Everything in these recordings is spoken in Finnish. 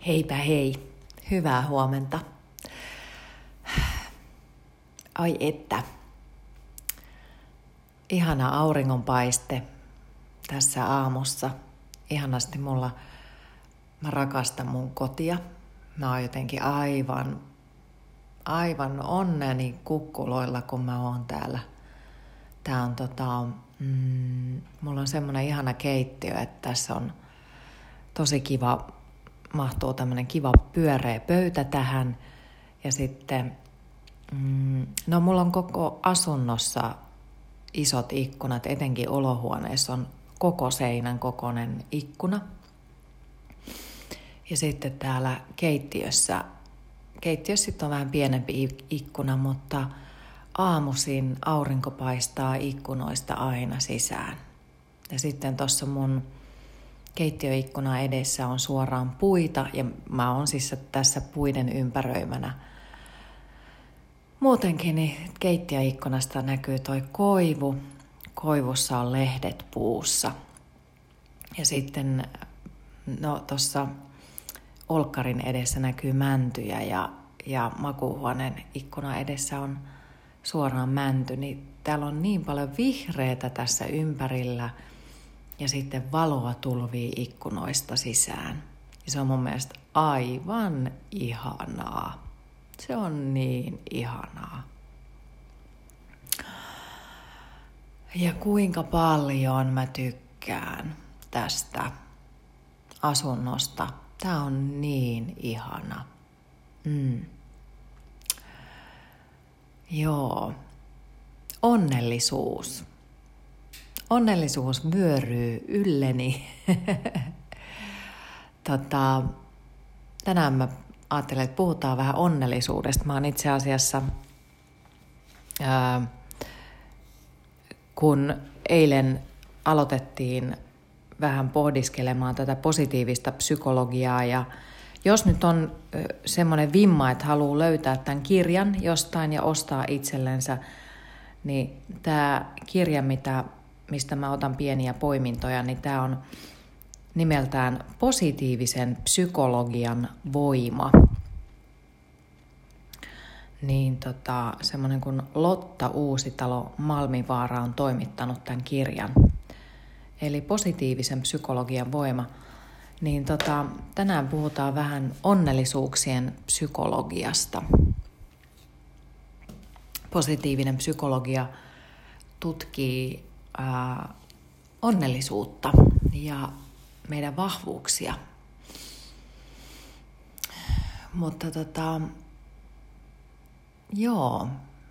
Heipä hei, hyvää huomenta. Ai että, ihana auringonpaiste tässä aamussa. Ihanasti mä rakastan mun kotia. Mä oon jotenkin aivan onneni kukkuloilla, kun mä oon täällä. Tää on mulla on semmonen ihana keittiö, että tässä on tosi kiva, mahtuu tämmönen kiva pyöreä pöytä tähän. Ja sitten, mulla on koko asunnossa isot ikkunat, etenkin olohuoneessa on koko seinän kokoinen ikkuna. Ja sitten täällä keittiössä sitten on vähän pienempi ikkuna, mutta aamuisin aurinko paistaa ikkunoista aina sisään. Ja sitten tuossa mun keittiöikkuna edessä on suoraan puita ja mä oon siis tässä puiden ympäröimänä. Muutenkin niin keittiöikkunasta näkyy toi koivu. Koivussa on lehdet puussa. Ja sitten tuossa olkkarin edessä näkyy mäntyjä ja makuuhuoneen ikkuna edessä on suoraan mänty. Niin täällä on niin paljon vihreätä tässä ympärillä ja sitten valoa tulvii ikkunoista sisään. Ja se on mun mielestä aivan ihanaa. Se on niin ihanaa. Ja kuinka paljon mä tykkään tästä asunnosta. Tää on niin ihana. Joo. Onnellisuus. Onnellisuus vyöryy ylleni. Tänään mä ajattelen, että puhutaan vähän onnellisuudesta. Mä oon itse asiassa, kun eilen aloitettiin vähän pohdiskelemaan tätä positiivista psykologiaa, ja jos nyt on semmoinen vimma, että haluaa löytää tämän kirjan jostain ja ostaa itsellensä, niin tämä kirja, mistä mä otan pieniä poimintoja, niin tämä on nimeltään Positiivisen psykologian voima. Niin semmoinen kuin Lotta Uusitalo Malmivaara on toimittanut tämän kirjan. Eli Positiivisen psykologian voima. Niin tänään puhutaan vähän onnellisuuksien psykologiasta. Positiivinen psykologia tutkii onnellisuutta ja meidän vahvuuksia. Mutta joo.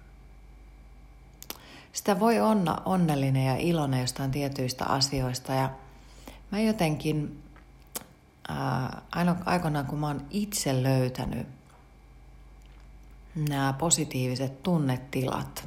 Sitä voi olla onnellinen ja iloinen jostain tietyistä asioista. Ja mä jotenkin aikoinaan, kun mä oon itse löytänyt nämä positiiviset tunnetilat,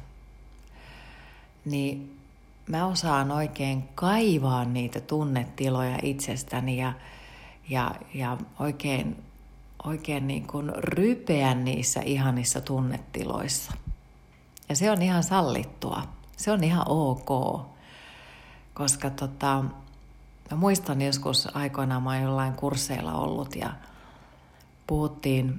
niin mä osaan oikein kaivaa niitä tunnetiloja itsestäni ja oikein niin kuin rypeä niissä ihanissa tunnetiloissa. Ja se on ihan sallittua. Se on ihan ok. Koska mä muistan joskus aikoinaan, mä oon jollain kursseilla ollut ja puhuttiin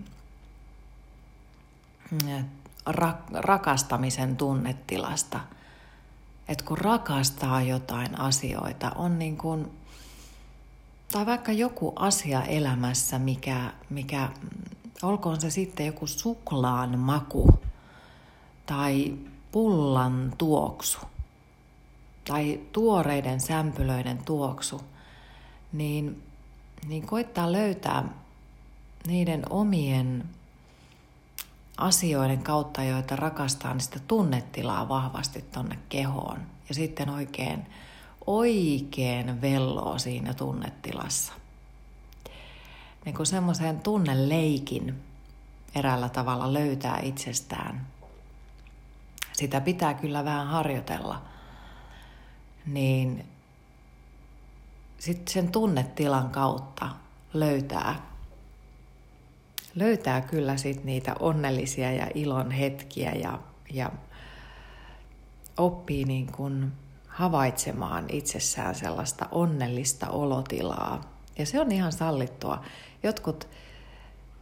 rakastamisen tunnetilasta. Että kun rakastaa jotain asioita, on niin kuin, tai vaikka joku asia elämässä, mikä olkoon se sitten joku suklaan maku, tai pullan tuoksu, tai tuoreiden sämpylöiden tuoksu, niin koittaa löytää niiden omien asioiden kautta, joita rakastaa, niin sitä tunnetilaa vahvasti tonne kehoon. Ja sitten oikein velloo siinä tunnetilassa. Niin kuin semmoisen tunneleikin eräällä tavalla löytää itsestään. Sitä pitää kyllä vähän harjoitella. Niin sitten sen tunnetilan kautta löytää kyllä sit niitä onnellisia ja ilon hetkiä ja oppii niin kuin havaitsemaan itsessään sellaista onnellista olotilaa. Ja se on ihan sallittua. Jotkut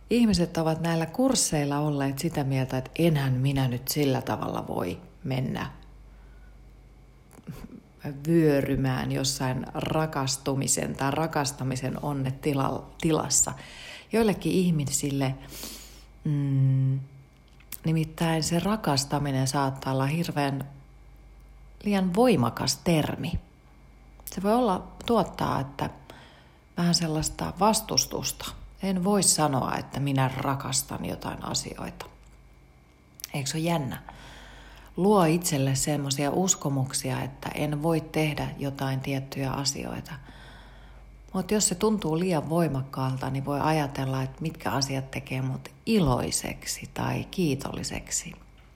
ihmiset ovat näillä kursseilla olleet sitä mieltä, että enhän minä nyt sillä tavalla voi mennä vyörymään jossain rakastumisen tai rakastamisen onnetilassa. Joillekin ihmisille nimittäin se rakastaminen saattaa olla liian voimakas termi. Se voi tuottaa, että vähän sellaista vastustusta. En voi sanoa, että minä rakastan jotain asioita. Eikö se ole jännä? Luo itselle semmoisia uskomuksia, että en voi tehdä jotain tiettyjä asioita. Mutta jos se tuntuu liian voimakkaalta, niin voi ajatella, että mitkä asiat tekee mut iloiseksi tai kiitolliseksi.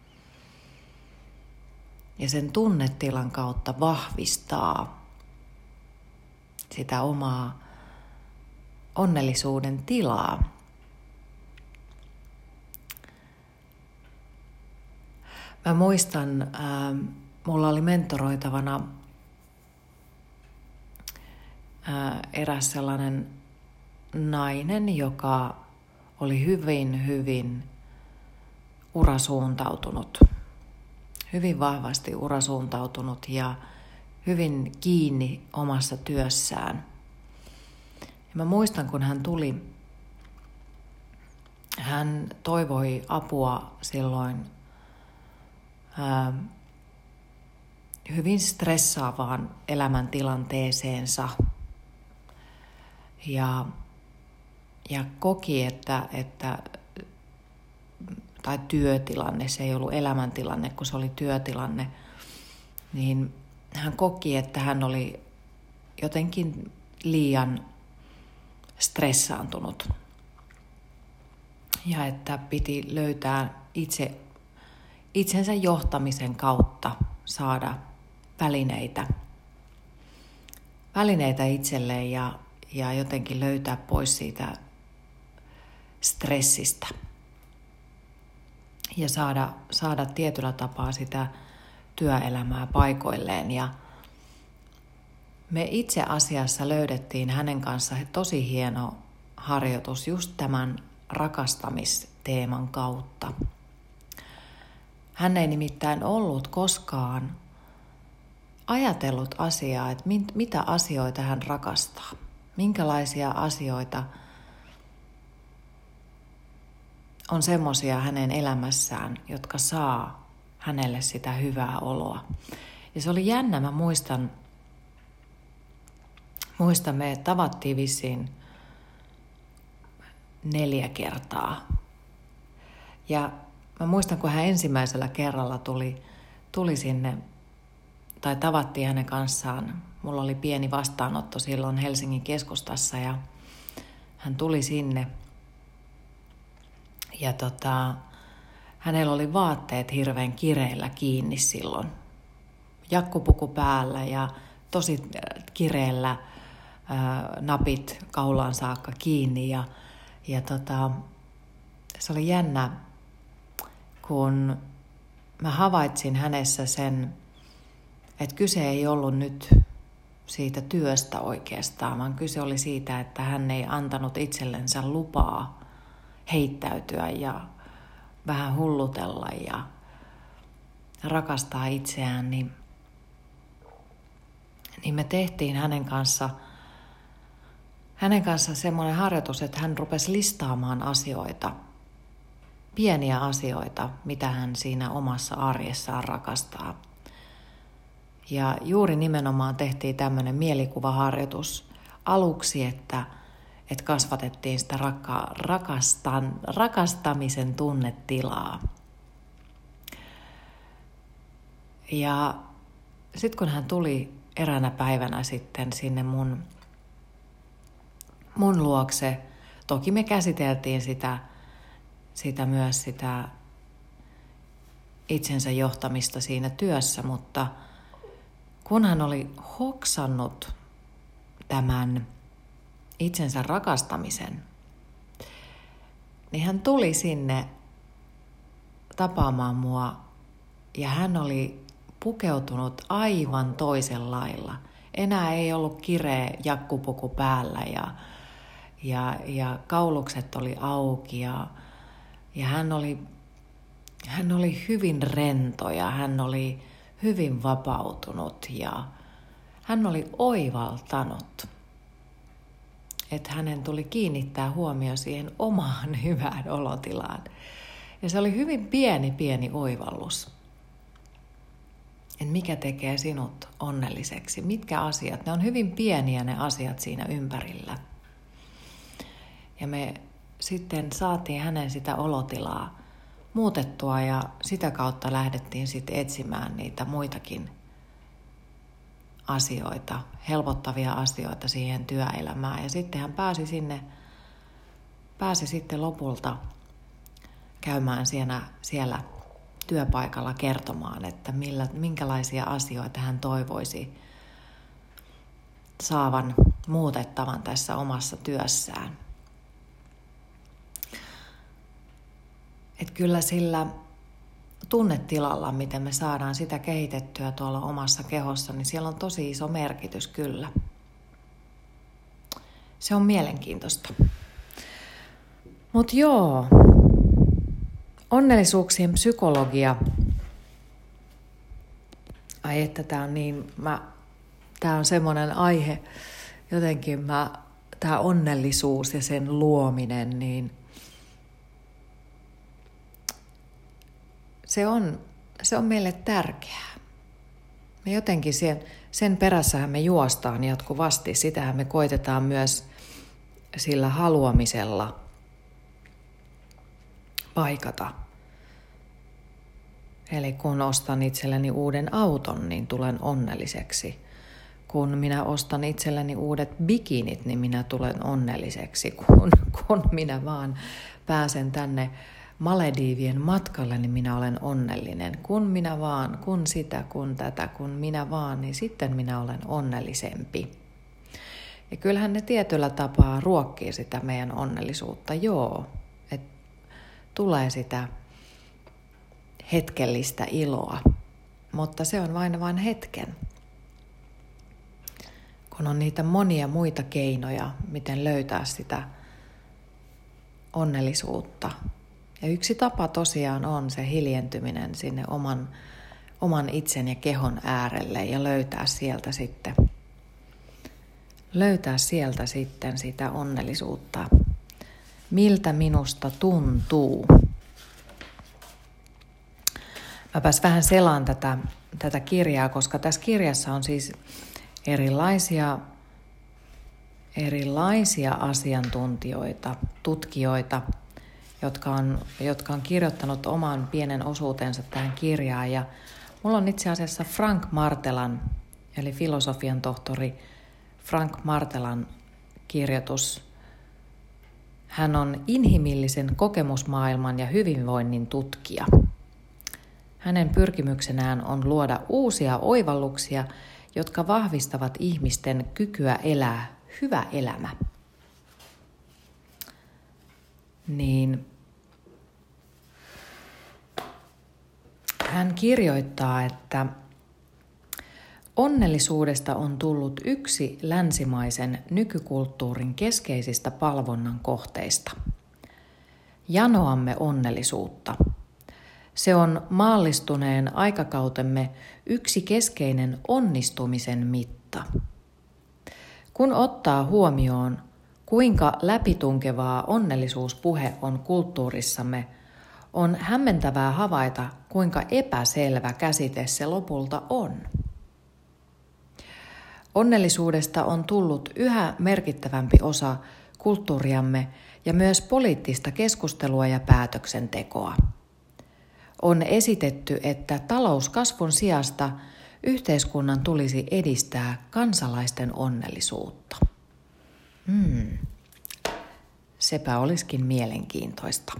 Ja sen tunnetilan kautta vahvistaa sitä omaa onnellisuuden tilaa. Mä muistan, mulla oli mentoroitavana eräs sellainen nainen, joka oli hyvin urasuuntautunut. Hyvin vahvasti urasuuntautunut ja hyvin kiinni omassa työssään. Ja mä muistan, kun hän tuli, hän toivoi apua silloin hyvin stressaavaan elämäntilanteeseensa ja koki, tai työtilanne, se ei ollut elämäntilanne, kun se oli työtilanne, niin hän koki, että hän oli jotenkin liian stressaantunut ja että piti löytää itsensä johtamisen kautta saada välineitä itselleen ja jotenkin löytää pois siitä stressistä ja saada tietyllä tapaa sitä työelämää paikoilleen. Ja me itse asiassa löydettiin hänen kanssaan tosi hieno harjoitus just tämän rakastamisteeman kautta. Hän ei nimittäin ollut koskaan ajatellut asiaa, että mitä asioita hän rakastaa, minkälaisia asioita on semmoisia hänen elämässään, jotka saa hänelle sitä hyvää oloa. Ja se oli jännä, mä muistan me tavattiin vissiin 4 kertaa. Ja mä muistan, kun hän ensimmäisellä kerralla tuli sinne, tai tavattiin hänen kanssaan. Mulla oli pieni vastaanotto silloin Helsingin keskustassa ja hän tuli sinne. Ja hänellä oli vaatteet hirveän kireillä kiinni silloin. Jakkupuku päällä ja tosi kireellä napit kaulaan saakka kiinni. Ja se oli jännä, kun mä havaitsin hänessä sen, että kyse ei ollut nyt siitä työstä oikeastaan, vaan kyse oli siitä, että hän ei antanut itsellensä lupaa heittäytyä ja vähän hullutella ja rakastaa itseään, niin me tehtiin hänen kanssa semmoinen harjoitus, että hän rupesi listaamaan asioita, pieniä asioita, mitä hän siinä omassa arjessaan rakastaa. Ja juuri nimenomaan tehtiin tämmöinen mielikuvaharjoitus aluksi, että kasvatettiin sitä rakastamisen tunnetilaa. Ja sitten kun hän tuli eräänä päivänä sitten sinne mun luokse, toki me käsiteltiin sitä myös sitä itsensä johtamista siinä työssä, mutta kun hän oli hoksannut tämän itsensä rakastamisen, niin hän tuli sinne tapaamaan mua ja hän oli pukeutunut aivan toisen lailla. Enää ei ollut kireä jakkupuku päällä ja kaulukset oli auki ja hän oli hyvin rento ja hän oli hyvin vapautunut ja hän oli oivaltanut, että hänen tuli kiinnittää huomio siihen omaan hyvään olotilaan. Ja se oli hyvin pieni oivallus. Että mikä tekee sinut onnelliseksi? Mitkä asiat? Ne on hyvin pieniä ne asiat siinä ympärillä. Ja me sitten saatiin hänen sitä olotilaa muutettua ja sitä kautta lähdettiin sitten etsimään niitä muitakin asioita, helpottavia asioita siihen työelämään. Ja sitten hän pääsi sitten lopulta käymään siellä työpaikalla kertomaan, että minkälaisia asioita hän toivoisi saavan muutettavan tässä omassa työssään. Että kyllä sillä tunnetilalla, miten me saadaan sitä kehitettyä tuolla omassa kehossa, niin siellä on tosi iso merkitys kyllä. Se on mielenkiintoista. Mutta joo, onnellisuuksien psykologia. Ai että tää on semmoinen aihe, jotenkin tää onnellisuus ja sen luominen, niin se on meille tärkeää. Me jotenkin sen perässähän me juostaan jatkuvasti. Sitähän me koitetaan myös sillä haluamisella paikata. Eli kun ostan itselleni uuden auton, niin tulen onnelliseksi. Kun minä ostan itselleni uudet bikinit, niin minä tulen onnelliseksi. Kun minä vaan pääsen tänne Malediivien matkalle, niin minä olen onnellinen. Kun minä vaan, niin sitten minä olen onnellisempi. Ja kyllähän ne tietyllä tapaa ruokkii sitä meidän onnellisuutta, joo. Että tulee sitä hetkellistä iloa, mutta se on vain hetken. Kun on niitä monia muita keinoja, miten löytää sitä onnellisuutta. Ja yksi tapa tosiaan on se hiljentyminen sinne oman itsen ja kehon äärelle ja löytää sieltä sitten sitä onnellisuutta. Miltä minusta tuntuu? Mäpäs vähän selaan tätä kirjaa, koska tässä kirjassa on siis erilaisia asiantuntijoita, tutkijoita, jotka on kirjoittanut oman pienen osuutensa tähän kirjaan. Ja mulla on itse asiassa Frank Martelan, eli filosofian tohtori Frank Martelan kirjoitus. Hän on inhimillisen kokemusmaailman ja hyvinvoinnin tutkija. Hänen pyrkimyksenään on luoda uusia oivalluksia, jotka vahvistavat ihmisten kykyä elää hyvä elämä. Niin hän kirjoittaa, että onnellisuudesta on tullut yksi länsimaisen nykykulttuurin keskeisistä palvonnan kohteista. Janoamme onnellisuutta. Se on maallistuneen aikakautemme yksi keskeinen onnistumisen mitta. Kun ottaa huomioon, kuinka läpitunkevaa onnellisuuspuhe on kulttuurissamme, on hämmentävää havaita, kuinka epäselvä käsite se lopulta on. Onnellisuudesta on tullut yhä merkittävämpi osa kulttuuriamme ja myös poliittista keskustelua ja päätöksentekoa. On esitetty, että talouskasvun sijasta yhteiskunnan tulisi edistää kansalaisten onnellisuutta. Sepä olisikin mielenkiintoista.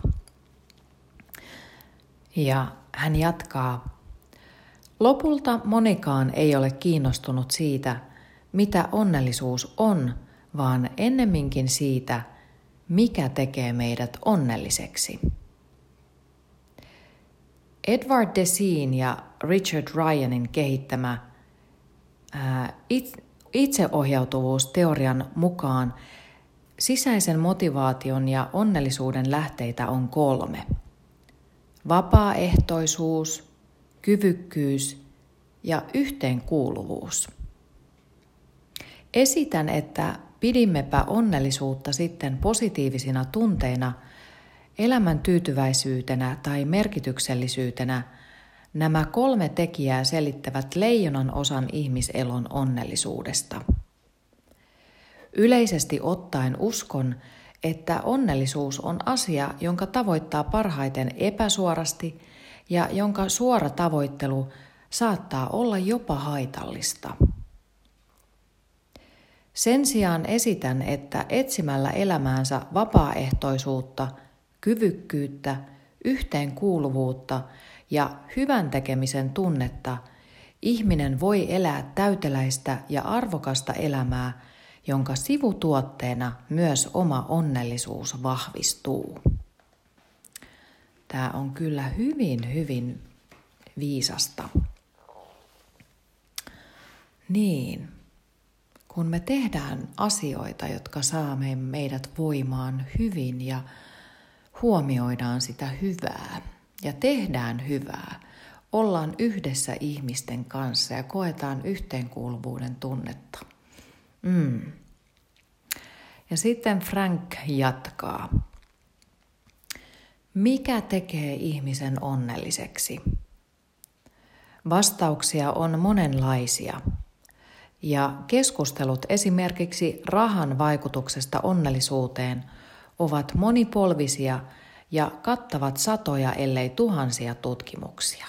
Ja hän jatkaa. Lopulta monikaan ei ole kiinnostunut siitä, mitä onnellisuus on, vaan ennemminkin siitä, mikä tekee meidät onnelliseksi. Edward Decean ja Richard Ryanin kehittämä itseohjautuvuusteorian mukaan sisäisen motivaation ja onnellisuuden lähteitä on 3. Vapaaehtoisuus, kyvykkyys ja yhteenkuuluvuus. Esitän, että pidimmepä onnellisuutta sitten positiivisina tunteina, elämän tyytyväisyytenä tai merkityksellisyytenä, nämä 3 tekijää selittävät leijonan osan ihmiselon onnellisuudesta. Yleisesti ottaen uskon, että onnellisuus on asia, jonka tavoittaa parhaiten epäsuorasti ja jonka suora tavoittelu saattaa olla jopa haitallista. Sen sijaan esitän, että etsimällä elämäänsä vapaaehtoisuutta, kyvykkyyttä, yhteenkuuluvuutta ja hyvän tekemisen tunnetta, ihminen voi elää täyteläistä ja arvokasta elämää, jonka sivutuotteena myös oma onnellisuus vahvistuu. Tämä on kyllä hyvin viisasta. Niin, kun me tehdään asioita, jotka saa meidät voimaan hyvin ja huomioidaan sitä hyvää ja tehdään hyvää, ollaan yhdessä ihmisten kanssa ja koetaan yhteenkuuluvuuden tunnetta. Ja sitten Frank jatkaa. Mikä tekee ihmisen onnelliseksi? Vastauksia on monenlaisia. Ja keskustelut esimerkiksi rahan vaikutuksesta onnellisuuteen ovat monipolvisia ja kattavat satoja ellei tuhansia tutkimuksia.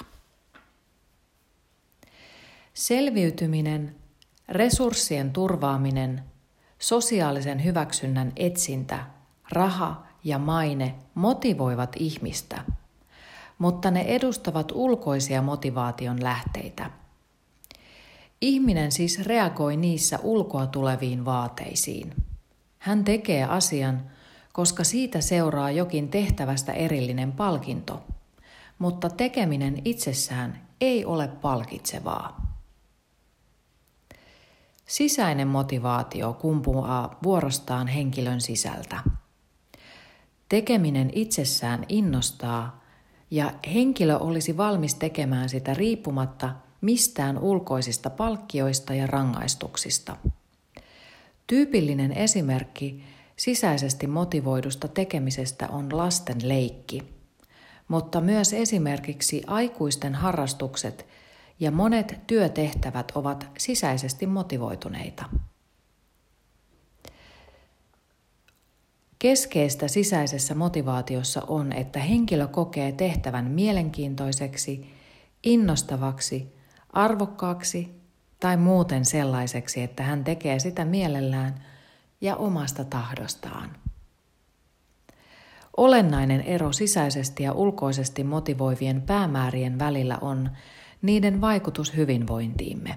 Selviytyminen, resurssien turvaaminen, sosiaalisen hyväksynnän etsintä, raha ja maine motivoivat ihmistä, mutta ne edustavat ulkoisia motivaation lähteitä. Ihminen siis reagoi niissä ulkoa tuleviin vaateisiin. Hän tekee asian, koska siitä seuraa jokin tehtävästä erillinen palkinto, mutta tekeminen itsessään ei ole palkitsevaa. Sisäinen motivaatio kumpuaa vuorostaan henkilön sisältä. Tekeminen itsessään innostaa ja henkilö olisi valmis tekemään sitä riippumatta mistään ulkoisista palkkioista ja rangaistuksista. Tyypillinen esimerkki sisäisesti motivoidusta tekemisestä on lasten leikki, mutta myös esimerkiksi aikuisten harrastukset ja monet työtehtävät ovat sisäisesti motivoituneita. Keskeistä sisäisessä motivaatiossa on, että henkilö kokee tehtävän mielenkiintoiseksi, innostavaksi, arvokkaaksi tai muuten sellaiseksi, että hän tekee sitä mielellään ja omasta tahdostaan. Olennainen ero sisäisesti ja ulkoisesti motivoivien päämäärien välillä on niiden vaikutus hyvinvointiimme.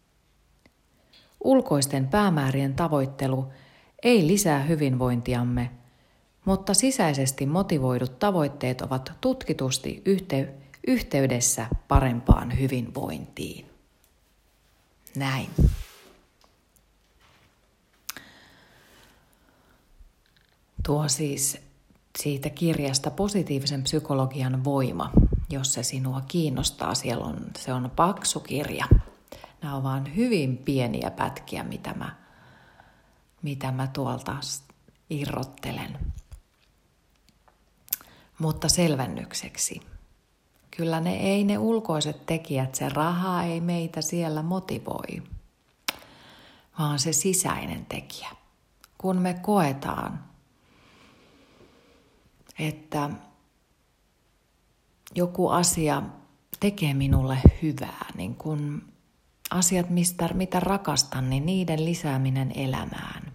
Ulkoisten päämäärien tavoittelu ei lisää hyvinvointiamme, mutta sisäisesti motivoidut tavoitteet ovat tutkitusti yhteydessä parempaan hyvinvointiin. Näin. Tuo siis siitä kirjasta Positiivisen psykologian voima, jos se sinua kiinnostaa. Se on paksu kirja. Nämä on vaan hyvin pieniä pätkiä, mitä mä tuolta irrottelen. Mutta selvennykseksi. Kyllä ne ulkoiset tekijät, se raha ei meitä siellä motivoi, vaan se sisäinen tekijä. Kun me koetaan, että joku asia tekee minulle hyvää, niin kun asiat, mitä rakastan, niin niiden lisääminen elämään.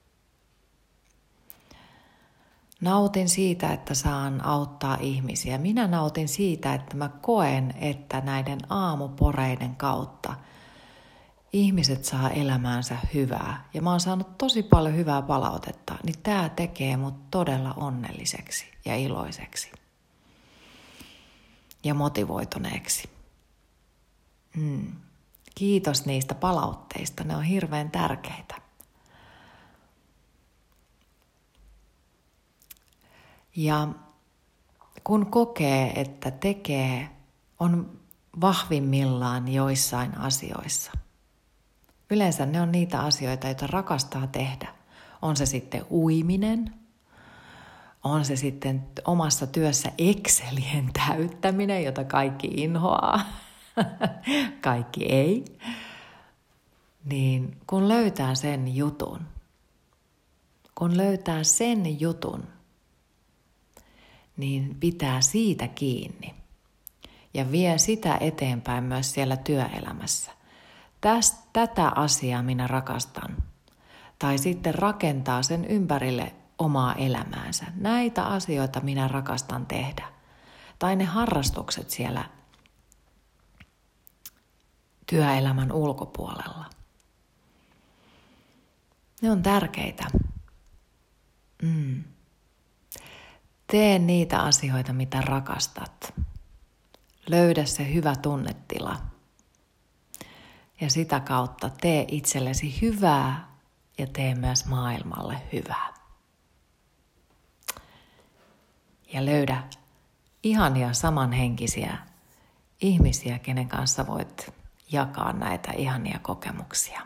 Nautin siitä, että saan auttaa ihmisiä. Minä nautin siitä, että mä koen, että näiden aamuporeiden kautta ihmiset saa elämäänsä hyvää. Ja mä oon saanut tosi paljon hyvää palautetta, niin tää tekee mut todella onnelliseksi ja iloiseksi. Ja motivoituneeksi. Kiitos niistä palautteista, ne on hirveän tärkeitä. Ja kun kokee, että on vahvimmillaan joissain asioissa. Yleensä ne on niitä asioita, joita rakastaa tehdä. On se sitten uiminen, on se sitten omassa työssä Excelien täyttäminen, jota kaikki inhoaa, kaikki ei. Niin kun löytää sen jutun, niin pitää siitä kiinni ja vie sitä eteenpäin myös siellä työelämässä. Tätä asiaa minä rakastan. Tai sitten rakentaa sen ympärille omaa elämäänsä. Näitä asioita minä rakastan tehdä. Tai ne harrastukset siellä työelämän ulkopuolella. Ne on tärkeitä. Tee niitä asioita, mitä rakastat. Löydä se hyvä tunnetila. Ja sitä kautta tee itsellesi hyvää ja tee myös maailmalle hyvää. Ja löydä ihania samanhenkisiä ihmisiä, kenen kanssa voit jakaa näitä ihania kokemuksia.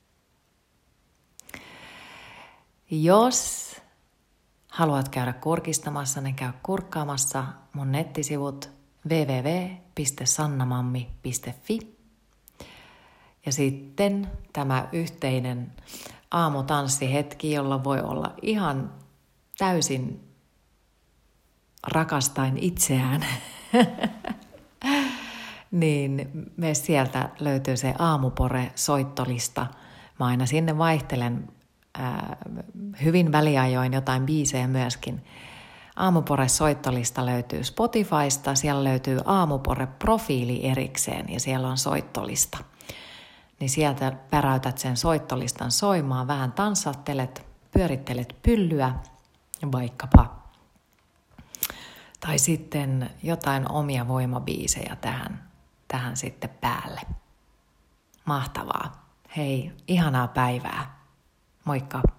Jos haluat käydä kurkistamassa, niin käy kurkkaamassa mun nettisivut www.sannamammi.fi. Ja sitten tämä yhteinen aamutanssihetki, jolla voi olla ihan täysin rakastain itseään, niin me sieltä löytyy se Aamupore-soittolista. Mä aina sinne vaihtelen hyvin väliajoin jotain biisejä myöskin. Aamupore-soittolista löytyy Spotifysta, siellä löytyy Aamupore-profiili erikseen ja siellä on soittolista. Niin sieltä päräytät sen soittolistan soimaan, vähän tanssattelet, pyörittelet pyllyä vaikkapa. Tai sitten jotain omia voimabiisejä tähän sitten päälle. Mahtavaa. Hei, ihanaa päivää. Moikka!